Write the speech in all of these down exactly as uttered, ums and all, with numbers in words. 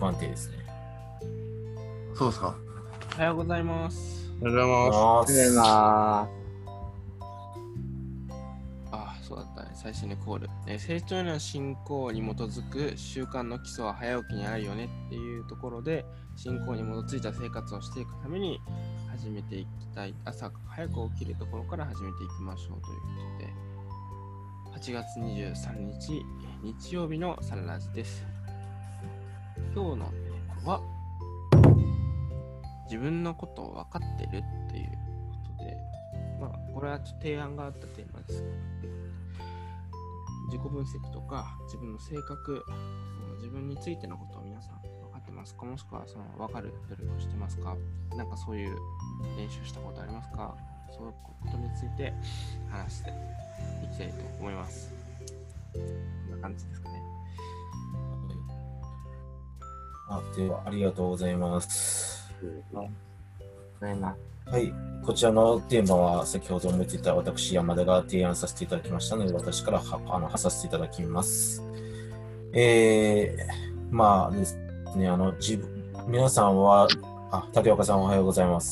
不安定ですね。 そうですか。 おはようございます。 おはようございます。 おはようございます。 あ、そうだったね。最初にコール。え成長への信仰に基づく習慣の基礎は早起きにあるよねっていうところで、信仰に基づいた生活をしていくために始めていきたい。朝早く起きるところから始めていきましょうということで、はちがつにじゅうさんにち日曜日のサララジです。今日のテーマは自分のことを分かってるっていうことで、まあこれはちょっと提案があったテーマです。自己分析とか自分の性格、自分についてのことを皆さん分かってますか？もしくはその分かる努力をしてますか？なんかそういう練習したことありますか？そういうことについて話していきたいと思います。こんな感じですかね。 あ、ではありがとうございます。はい、こちらのテーマは先ほど思っていた私山田が提案させていただきましたので、私からはあの話させていただきます。えー、まあですね、あの自分皆さんはあ竹岡さんおはようございます。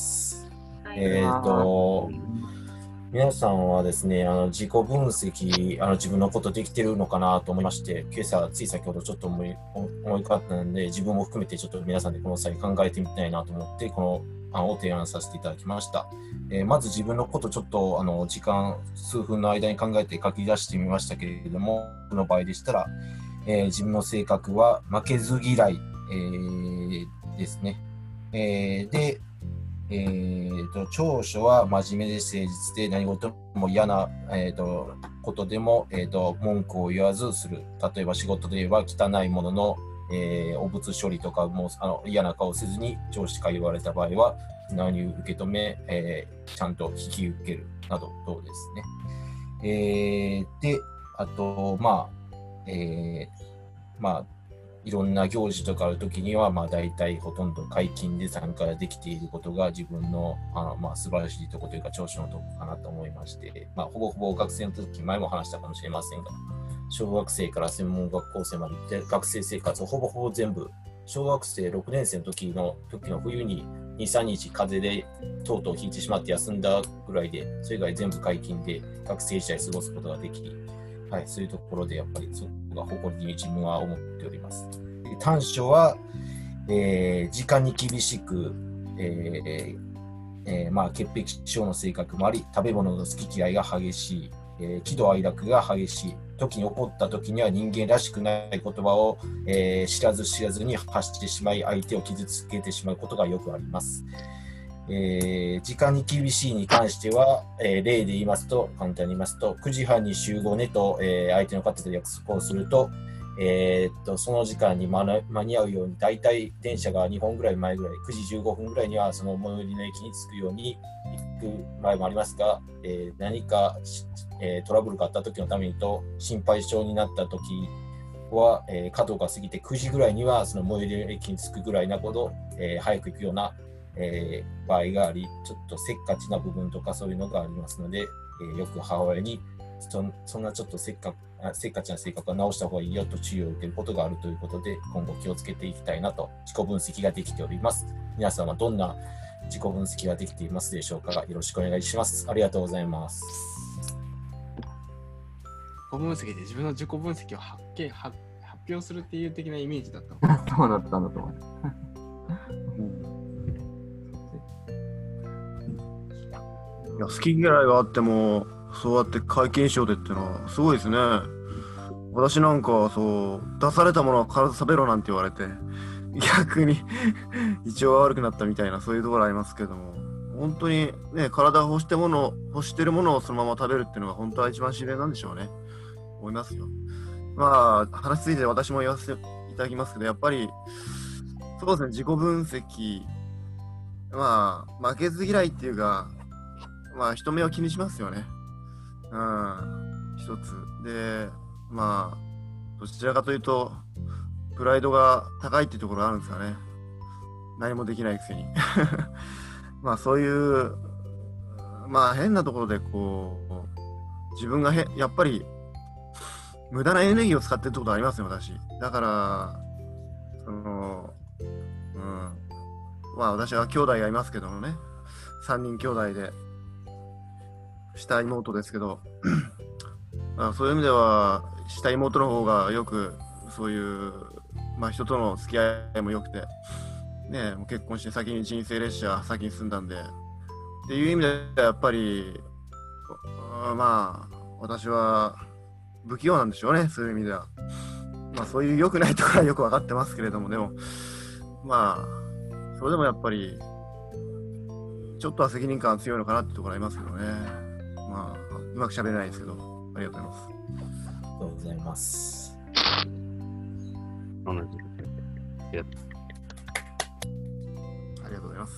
はい、えっと皆さんはですね、あの自己分析、あの自分のことできてるのかなと思いまして、今朝つい先ほどちょっと思い思い浮かんだので、自分も含めてちょっと皆さんでこの際考えてみたいなと思って、この案を提案させていただきました。えー、まず自分のことちょっとあの時間数分の間に考えて書き出してみましたけれども、この場合でしたら、えー、自分の性格は負けず嫌い、えー、ですね。えー、でえー、と長所は真面目で誠実で何事も嫌な、えー、とことでも、えー、と文句を言わずする。例えば仕事で言えば汚いものの、えー、汚物処理とかもあの嫌な顔せずに上司から言われた場合は素直に受け止め、えー、ちゃんと引き受けるなどどうですね。えー、であとまあ、えー、まあいろんな行事とかあるときには、まあ、大体ほとんど解禁で参加できていることが自分の、あのまあ、素晴らしいところというか長所のところかなと思いまして、まあ、ほぼほぼ学生の時、前も話したかもしれませんが、小学生から専門学校生まで行って学生生活をほぼほぼ全部、小学生ろくねん生の時の時の冬にに、さんにち風邪でとうとう引いてしまって休んだぐらいで、それ以外全部解禁で学生時代過ごすことができ、はい、そういうところでやっぱりそこが誇りに自分は思っております。短所は、えー、時間に厳しく、えーえーまあ、潔癖症の性格もあり、食べ物の好き嫌いが激しい、えー、喜怒哀楽が激しい、時に怒った時には人間らしくない言葉を、えー、知らず知らずに発してしまい、相手を傷つけてしまうことがよくあります。えー、時間に厳しいに関しては、えー、例で言いますと、簡単に言いますと、くじはんに集合ねと、えー、相手の方と約束をすると、えー、っとその時間に間に合うように、だいたい電車がにほんぐらい前ぐらい、くじじゅうごふんぐらいにはその最寄りの駅に着くように行く場合もありますが、えー、何か、えー、トラブルがあった時のためにと心配性になった時は、えー、角が過ぎてくじぐらいにはその最寄りの駅に着くぐらいなほど、えー、早く行くようなえー、場合があり、ちょっとせっかちな部分とかそういうのがありますので、えー、よく母親に そ, そんなちょっとせっかせっかちな性格は直した方がいいよと注意を受けることがあるということで、今後気をつけていきたいなと自己分析ができております。皆さんはどんな自己分析ができていますでしょうか。よろしくお願いします。ありがとうございます。 自己分析で自分の自己分析を発見発表するっていう的なイメージだったのかな。 そうだったんだと思う。 いや好き嫌いがあってもそうやって解禁しようでっていうのはすごいですね。私なんかはそう出されたものは必ず食べろなんて言われて逆に胃腸が悪くなったみたいなそういうところありますけども、本当にね体を欲してもの欲してるものをそのまま食べるっていうのが本当は一番自然なんでしょうね。思いますよ。まあ話ついて私も言わせていただきますけど、やっぱりそうですね、自己分析、まあ負けず嫌いっていうか、まあ人目を気にしますよね。うん、一つで、まあどちらかというとプライドが高いっていうところがあるんですかね。何もできないくせにまあそういうまあ変なところでこう自分がへやっぱり無駄なエネルギーを使ってるってことありますよ、私。だからそのうん。まあ私は兄弟がいますけどもね。さんにん兄弟で、下妹ですけど、あそういう意味では、下妹の方がよく、そういう、まあ人との付き合いも良くて、ね、もう結婚して先に人生列車先に進んだんで、っていう意味でやっぱり、まあ、私は不器用なんでしょうね、そういう意味では。まあそういう良くないところはよく分かってますけれども、でも、まあ、それでもやっぱり、ちょっとは責任感強いのかなってところありますけどね。まあ、うまく喋れないですけど、ありがとうございます。 ありがとうございます。 同じく。 ありがとうございます。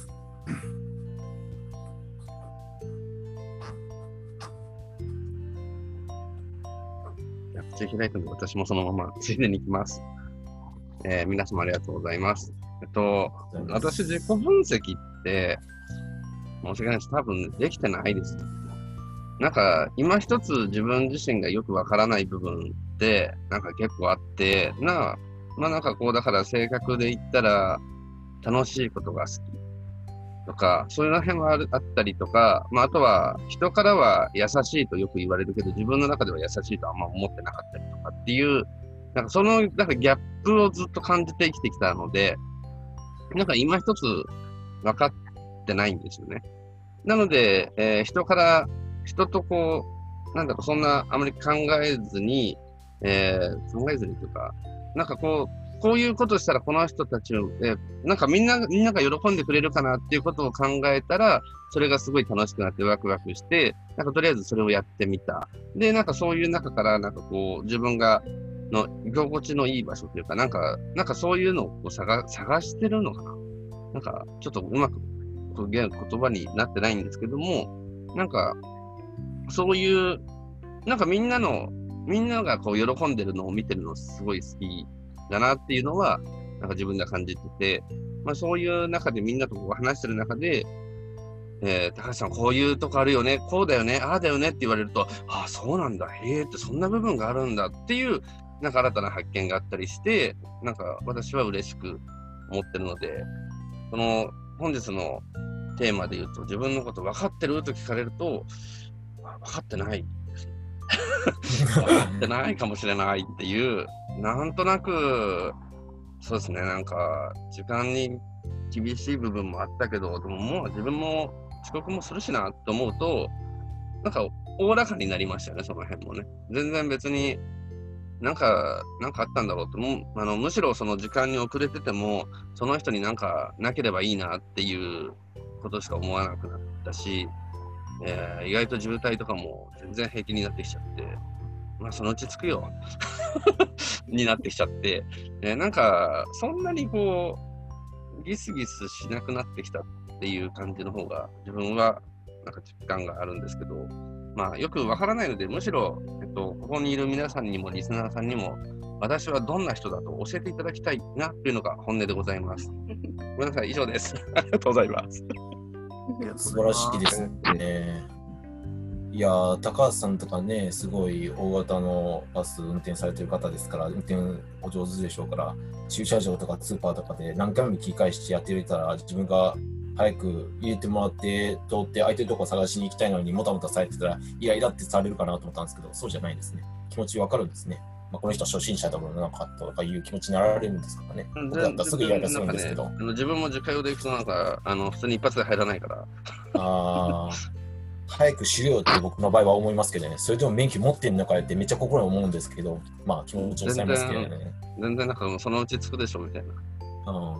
じゃあ口開いたので私もそのままついでに行きます。えー、皆様ありがとうございます。えっと、私自己分析って申し訳ないです。多分できてないです。なんか今一つ自分自身がよくわからない部分ってなんか結構あってな、まあなんかこうだから性格で言ったら楽しいことが好きとかそういうの辺はあるあったりとか、まああとは人からは優しいとよく言われるけど自分の中では優しいとあんま思ってなかったりとかっていうなんかそのなんかギャップをずっと感じて生きてきたのでなんか今一つ分かってないんですよね。なので、えー、人から人とこう、なんだろう、そんなあまり考えずに、えー、考えずにというか、なんかこう、こういうことしたらこの人たちを、えー、なんかみんな、みんなが喜んでくれるかなっていうことを考えたら、それがすごい楽しくなってワクワクして、なんかとりあえずそれをやってみた。で、なんかそういう中から、なんかこう、自分が、の居心地のいい場所というか、なんか、なんかそういうのをこう探、探してるのかな。なんか、ちょっとうまく言葉になってないんですけども、なんか、そういう、なんかみんなの、みんながこう喜んでるのを見てるのすごい好きだなっていうのは、なんか自分で感じてて、まあそういう中でみんなとこう話してる中で、えー、高橋さんこういうとこあるよね、こうだよね、ああだよねって言われると、ああそうなんだ、へえってそんな部分があるんだっていう、なんか新たな発見があったりして、なんか私は嬉しく思ってるので、その本日のテーマで言うと、自分のこと分かってると聞かれると、分かってないですね。分かってないかもしれないっていう、なんとなく、そうですね、なんか、時間に厳しい部分もあったけど、でももう自分も遅刻もするしなと思うと、なんか、おおらかになりましたよね、その辺もね。全然別に、なんか、なんかあったんだろうと、もうあのむしろその時間に遅れてても、その人になんかなければいいなっていうことしか思わなくなったし、えー、意外と渋滞とかも全然平気になってきちゃって、まあそのうち着くよになってきちゃって、えー、なんかそんなにこうギスギスしなくなってきたっていう感じの方が自分はなんか実感があるんですけど、まあよくわからないので、むしろ、えっと、ここにいる皆さんにもリスナーさんにも私はどんな人だと教えていただきたいなっていうのが本音でございます。ごめんなさい、以上です。ありがとうございます。 素晴らしいですね。いやー、高橋さんとかね、すごい大型のバス運転されてる方ですから、運転お上手でしょうから、駐車場とかスーパーとかで何回も切り返してやっていたら、自分が早く入れてもらって通って空いてるとこ探しに行きたいのにもたもたされてたらイライラってされるかなと思ったんですけど、そうじゃないですね。気持ちわかるんですね。まあ、この人は初心者だもんなかったとかいう気持ちになられるんですかね。僕だったらすぐイライラするんですけど。 ね、あの自分も自家用で行くとなんかあの普通に一発で入らないから。 ああ、早くしろよって僕の場合は思いますけどね。それでも免許持ってんのかよってめっちゃ心に思うんですけど、まあ気持ちにされますけどね。 全然、全然なんかもうそのうちつくでしょみたいな。 うん。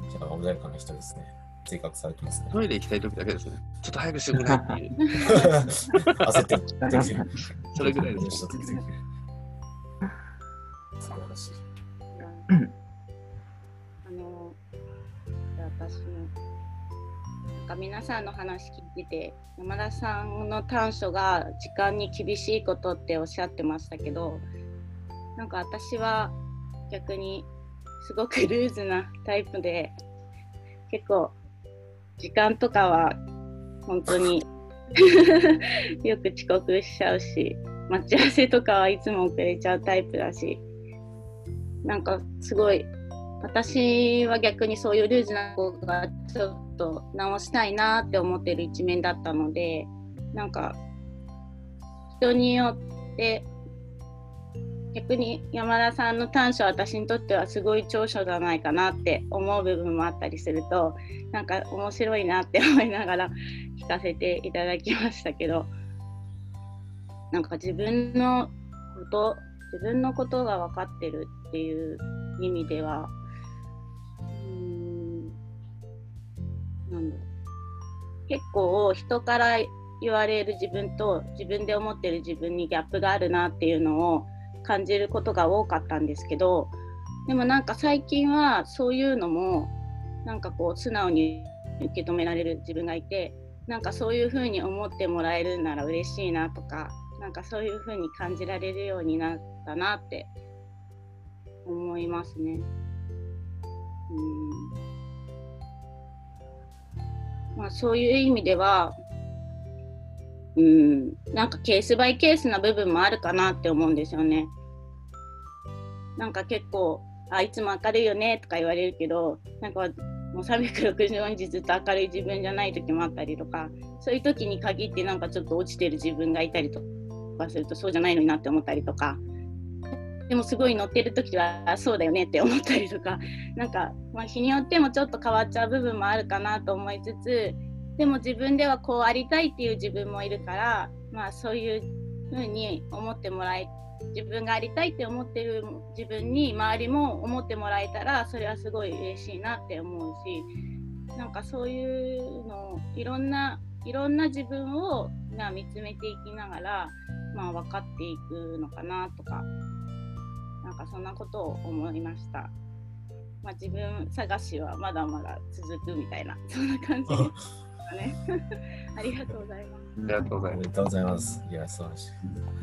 じゃあ穏やかな人ですね。性格されてますね。 トイレ行きたい時だけですね。ちょっと早くしてくれないっていう。 焦ってる。 それぐらいです。 素晴らしい。 あの、私も、なんか皆さんの話聞いてて、山田さんの短所が時間に厳しいことっておっしゃってましたけど、なんか私は逆にすごくルーズなタイプで、結構時間とかは本当によく遅刻しちゃうし、待ち合わせとかはいつも遅れちゃうタイプだし、なんかすごい私は逆にそういうルーズな子がちょっと直したいなって思ってる一面だったので、なんか人によって逆に山田さんの短所は私にとってはすごい長所じゃないかなって思う部分もあったりすると、なんか面白いなって思いながら聞かせていただきましたけど、なんか自分のこと自分のことが分かってるっていう意味では、うーんなんだろう、結構人から言われる自分と自分で思ってる自分にギャップがあるなっていうのを感じることが多かったんですけど、でもなんか最近はそういうのもなんかこう素直に受け止められる自分がいて、なんかそういう風に思ってもらえるなら嬉しいなとか、なんかそういう風に感じられるようになったなって思いますね。うん、まあそういう意味では、うん、なんかケースバイケースな部分もあるかなって思うんですよね。なんか結構あいつも明るいよねとか言われるけど、なんかもうさんびゃくろくじゅうごにちずっと明るい自分じゃない時もあったりとか、そういう時に限ってなんかちょっと落ちてる自分がいたりとかすると、そうじゃないのになって思ったりとか、でもすごい乗ってる時はそうだよねって思ったりとか、なんか、まあ、日によってもちょっと変わっちゃう部分もあるかなと思いつつ、でも自分ではこうありたいっていう自分もいるから、まあそういう風に思ってもらえ、自分がありたいって思ってる自分に周りも思ってもらえたら、それはすごい嬉しいなって思うし、なんかそういうのをいろんないろんな自分をが見つめていきながら、まあ分かっていくのかなとか、なんかそんなことを思いました。まあ自分探しはまだまだ続くみたいな、そんな感じですかね。ありがとうございます。 ありがとうございます。 ありがとうございます。いや、素晴らしい。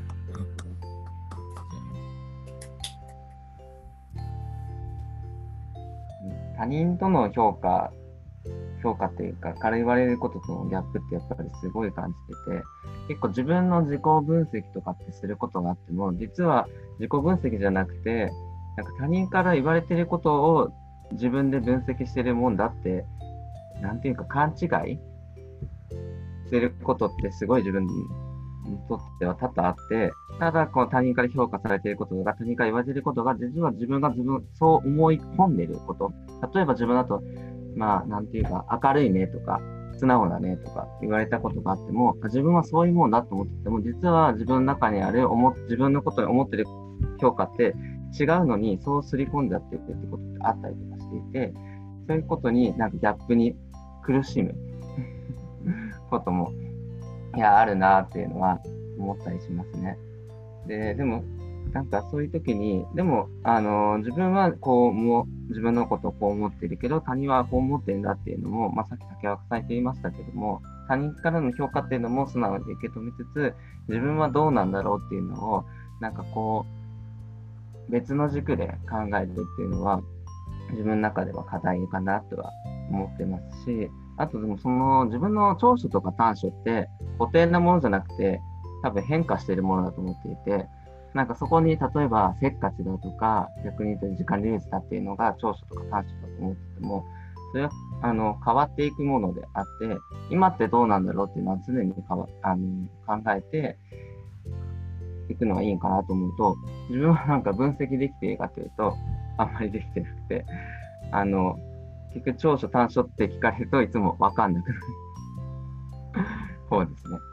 他人との評価、評価というか、から言われることとのギャップってやっぱりすごい感じてて、結構自分の自己分析とかってすることがあっても、実は自己分析じゃなくて、なんか他人から言われてることを自分で分析してるもんだって、なんていうか勘違いしてることってすごい自分にとっては多々あって、ただこの他人から評価されていることが、他人から言われていることが、実は自分が自分、そう思い込んでること。例えば自分だと、まあ、なんていうか、明るいねとか、素直だねとか言われたことがあっても、自分はそういうもんだと思ってても、実は自分の中にある思自分のことに思ってる評価って違うのに、そう刷り込んじゃってるってことってあったりとかしていて、そういうことになんかギャップに苦しむことも、いや、あるなっていうのは思ったりしますね。で、でも、なんかそういう時に、でも、あの、自分はこうも、自分のことをこう思ってるけど、他人はこう思ってるんだっていうのも、まあ、さっき竹若さん言っていましたけども、他人からの評価っていうのも素直に受け止めつつ、自分はどうなんだろうっていうのを、なんかこう、別の軸で考えるっていうのは、自分の中では課題かなとは思ってますし、あとでもその自分の長所とか短所って固定なものじゃなくて多分変化しているものだと思っていて、なんかそこに例えばせっかちだとか逆に言うと時間ルーズだっていうのが長所とか短所だと思ってても、それはあの変わっていくものであって、今ってどうなんだろうっていうのは常にかわあの考えていくのがいいのかなと思うと、自分はなんか分析できているかというとあんまりできてなくて、あの結局長所短所って聞かれるといつも分かんなくなる方ですね。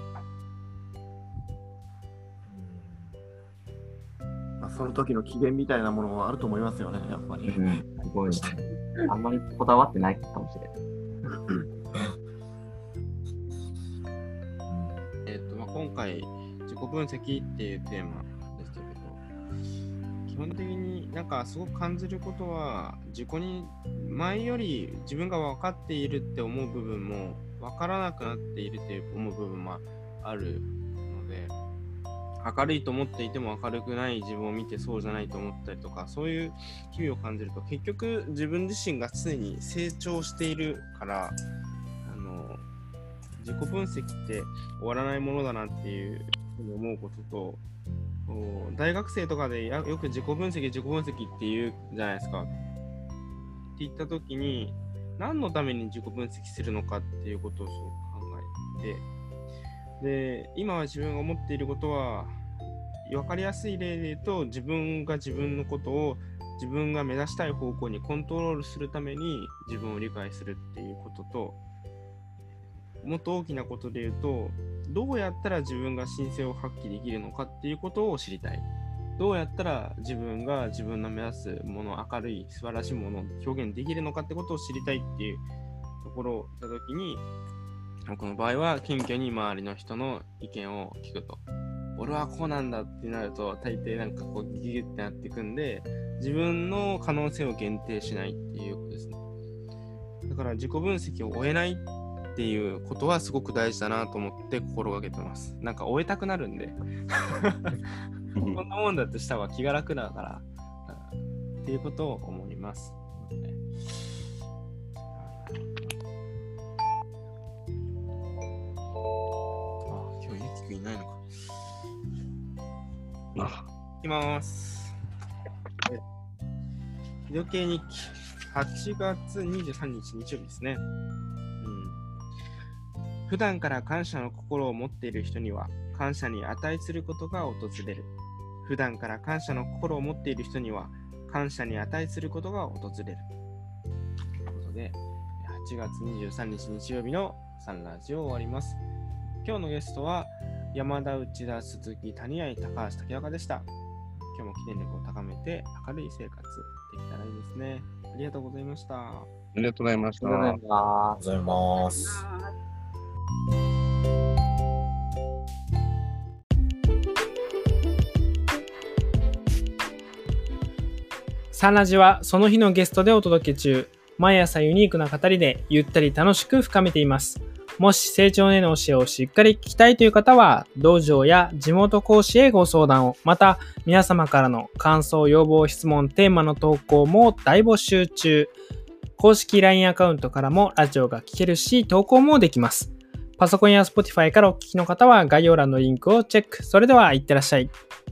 まあ、その時の機嫌みたいなものはあると思いますよね、やっぱり。 うん、すごい。あんまりこだわってないかもしれない。 えっと、まあ、今回、自己分析っていうテーマでしたけど、基本的になんかすごく感じることは、自己に前より自分が分かっているって思う部分も分からなくなっているって思う部分もあるので、明るいと思っていても明るくない自分を見てそうじゃないと思ったりとか、そういう日々を感じると、結局自分自身が常に成長しているから、あの自己分析って終わらないものだなっていうふうに思うことと、大学生とかでよく自己分析自己分析って言うじゃないですか。 言ったときに、何のために自己分析するのかっていうことをすごく考えていて、で、今は自分が思っていることは、分かりやすい例で言うと、自分が自分のことを自分が目指したい方向にコントロールするために自分を理解するっていうことと、もっと大きなことで言うと、どうやったら自分が神性を発揮できるのかっていうことを知りたい。どうやったら自分が自分の目指すもの、明るい素晴らしいものを表現できるのかってことを知りたいっていうところを言ったときに、この場合は謙虚に周りの人の意見を聞くと。俺はこうなんだってなると、大抵なんかこうギュギュってなっていくんで、自分の可能性を限定しないっていうことですね。だから自己分析を終えないっていうことはすごく大事だなと思って心がけてます。なんか終えたくなるんで。こんなもんだとした方が気が楽だから、っていうことを思います。あ、今日ゆきくんいないのか。 あ、 いきます。日時計日記、はちがつにじゅうさんにち日曜日ですね。うん。普段から感謝の心を持っている人には、感謝に値することが訪れる。普段から感謝の心を持っている人には、感謝に値することが訪れる。ということで、はちがつにじゅうさんにち日曜日のサンラジオを終わります。今日のゲストは、山田、内田、鈴木、谷合、高橋、竹若でした。今日も記念力を高めて明るい生活できたらいいですね。ありがとうございました。 ありがとうございました。 ありがとうございまありがとうございます。 サンラジはその日のゲストでお届け中。毎朝ユニークな語りでゆったり楽しく深めています。もし成長への教えをしっかり聞きたいという方は、道場や地元講師へご相談を、また皆様からの感想、要望、質問、テーマの投稿も大募集中。公式 ライン アカウントからもラジオが聞けるし、投稿もできます。パソコンや Spotify からお聞きの方は概要欄のリンクをチェック。それではいってらっしゃい。